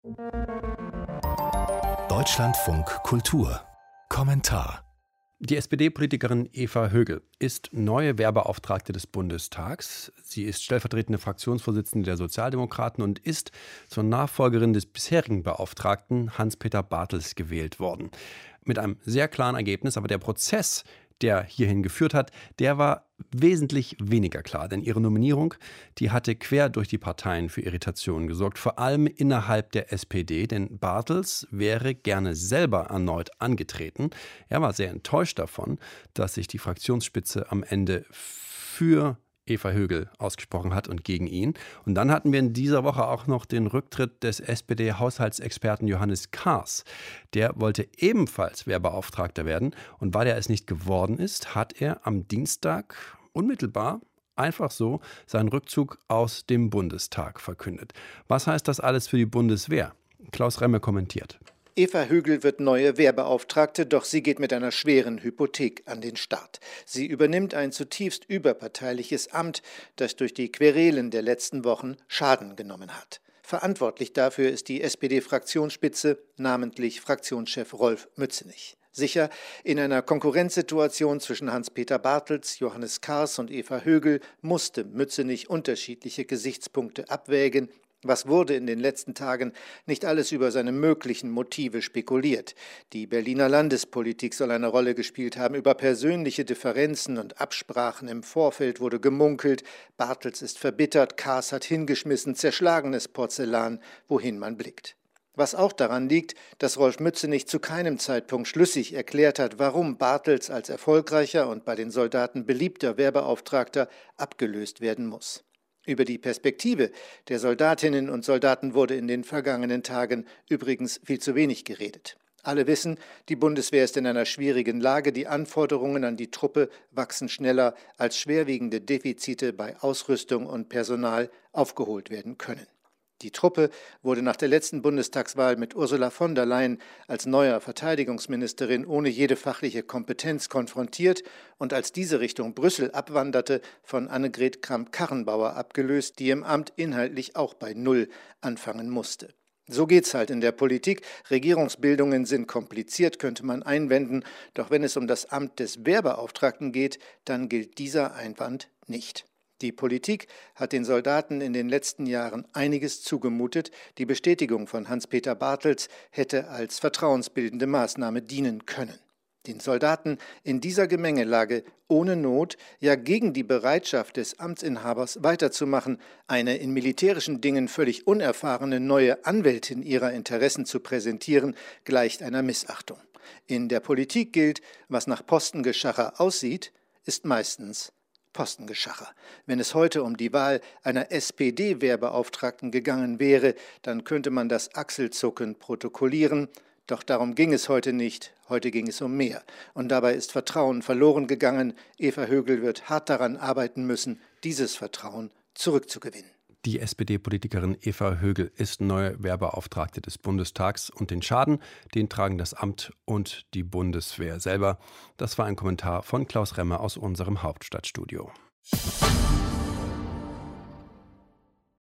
Deutschlandfunk Kultur Kommentar. Die SPD-Politikerin Eva Högel ist neue Wehrbeauftragte des Bundestags. Sie ist stellvertretende Fraktionsvorsitzende der Sozialdemokraten und ist zur Nachfolgerin des bisherigen Beauftragten Hans-Peter Bartels gewählt worden. Mit einem sehr klaren Ergebnis, aber der Prozess, der hierhin geführt hat, der war wesentlich weniger klar. Denn ihre Nominierung, die hatte quer durch die Parteien für Irritationen gesorgt, vor allem innerhalb der SPD. Denn Bartels wäre gerne selber erneut angetreten. Er war sehr enttäuscht davon, dass sich die Fraktionsspitze am Ende für Eva Högel ausgesprochen hat und gegen ihn. Und dann hatten wir in dieser Woche auch noch den Rücktritt des SPD-Haushaltsexperten Johannes Kahrs. Der wollte ebenfalls Wehrbeauftragter werden. Und weil er es nicht geworden ist, hat er am Dienstag unmittelbar einfach so seinen Rückzug aus dem Bundestag verkündet. Was heißt das alles für die Bundeswehr? Klaus Remme kommentiert. Eva Högel wird neue Wehrbeauftragte, doch sie geht mit einer schweren Hypothek an den Start. Sie übernimmt ein zutiefst überparteiliches Amt, das durch die Querelen der letzten Wochen Schaden genommen hat. Verantwortlich dafür ist die SPD-Fraktionsspitze, namentlich Fraktionschef Rolf Mützenich. Sicher, in einer Konkurrenzsituation zwischen Hans-Peter Bartels, Johannes Kahrs und Eva Högel musste Mützenich unterschiedliche Gesichtspunkte abwägen. Was wurde in den letzten Tagen nicht alles über seine möglichen Motive spekuliert? Die Berliner Landespolitik soll eine Rolle gespielt haben. Über persönliche Differenzen und Absprachen im Vorfeld wurde gemunkelt. Bartels ist verbittert, Kahrs hat hingeschmissen, zerschlagenes Porzellan, wohin man blickt. Was auch daran liegt, dass Rolf Mützenich zu keinem Zeitpunkt schlüssig erklärt hat, warum Bartels als erfolgreicher und bei den Soldaten beliebter Wehrbeauftragter abgelöst werden muss. Über die Perspektive der Soldatinnen und Soldaten wurde in den vergangenen Tagen übrigens viel zu wenig geredet. Alle wissen, die Bundeswehr ist in einer schwierigen Lage. Die Anforderungen an die Truppe wachsen schneller, als schwerwiegende Defizite bei Ausrüstung und Personal aufgeholt werden können. Die Truppe wurde nach der letzten Bundestagswahl mit Ursula von der Leyen als neuer Verteidigungsministerin ohne jede fachliche Kompetenz konfrontiert und als diese Richtung Brüssel abwanderte, von Annegret Kramp-Karrenbauer abgelöst, die im Amt inhaltlich auch bei Null anfangen musste. So geht's halt in der Politik. Regierungsbildungen sind kompliziert, könnte man einwenden, doch wenn es um das Amt des Wehrbeauftragten geht, dann gilt dieser Einwand nicht. Die Politik hat den Soldaten in den letzten Jahren einiges zugemutet. Die Bestätigung von Hans-Peter Bartels hätte als vertrauensbildende Maßnahme dienen können. Den Soldaten in dieser Gemengelage ohne Not, ja gegen die Bereitschaft des Amtsinhabers weiterzumachen, eine in militärischen Dingen völlig unerfahrene neue Anwältin ihrer Interessen zu präsentieren, gleicht einer Missachtung. In der Politik gilt, was nach Postengeschacher aussieht, ist meistens Postengeschacher. Wenn es heute um die Wahl einer SPD-Wehrbeauftragten gegangen wäre, dann könnte man das Achselzucken protokollieren. Doch darum ging es heute nicht. Heute ging es um mehr. Und dabei ist Vertrauen verloren gegangen. Eva Högel wird hart daran arbeiten müssen, dieses Vertrauen zurückzugewinnen. Die SPD-Politikerin Eva Högel ist neue Wehrbeauftragte des Bundestags und den Schaden, den tragen das Amt und die Bundeswehr selber. Das war ein Kommentar von Klaus Remme aus unserem Hauptstadtstudio.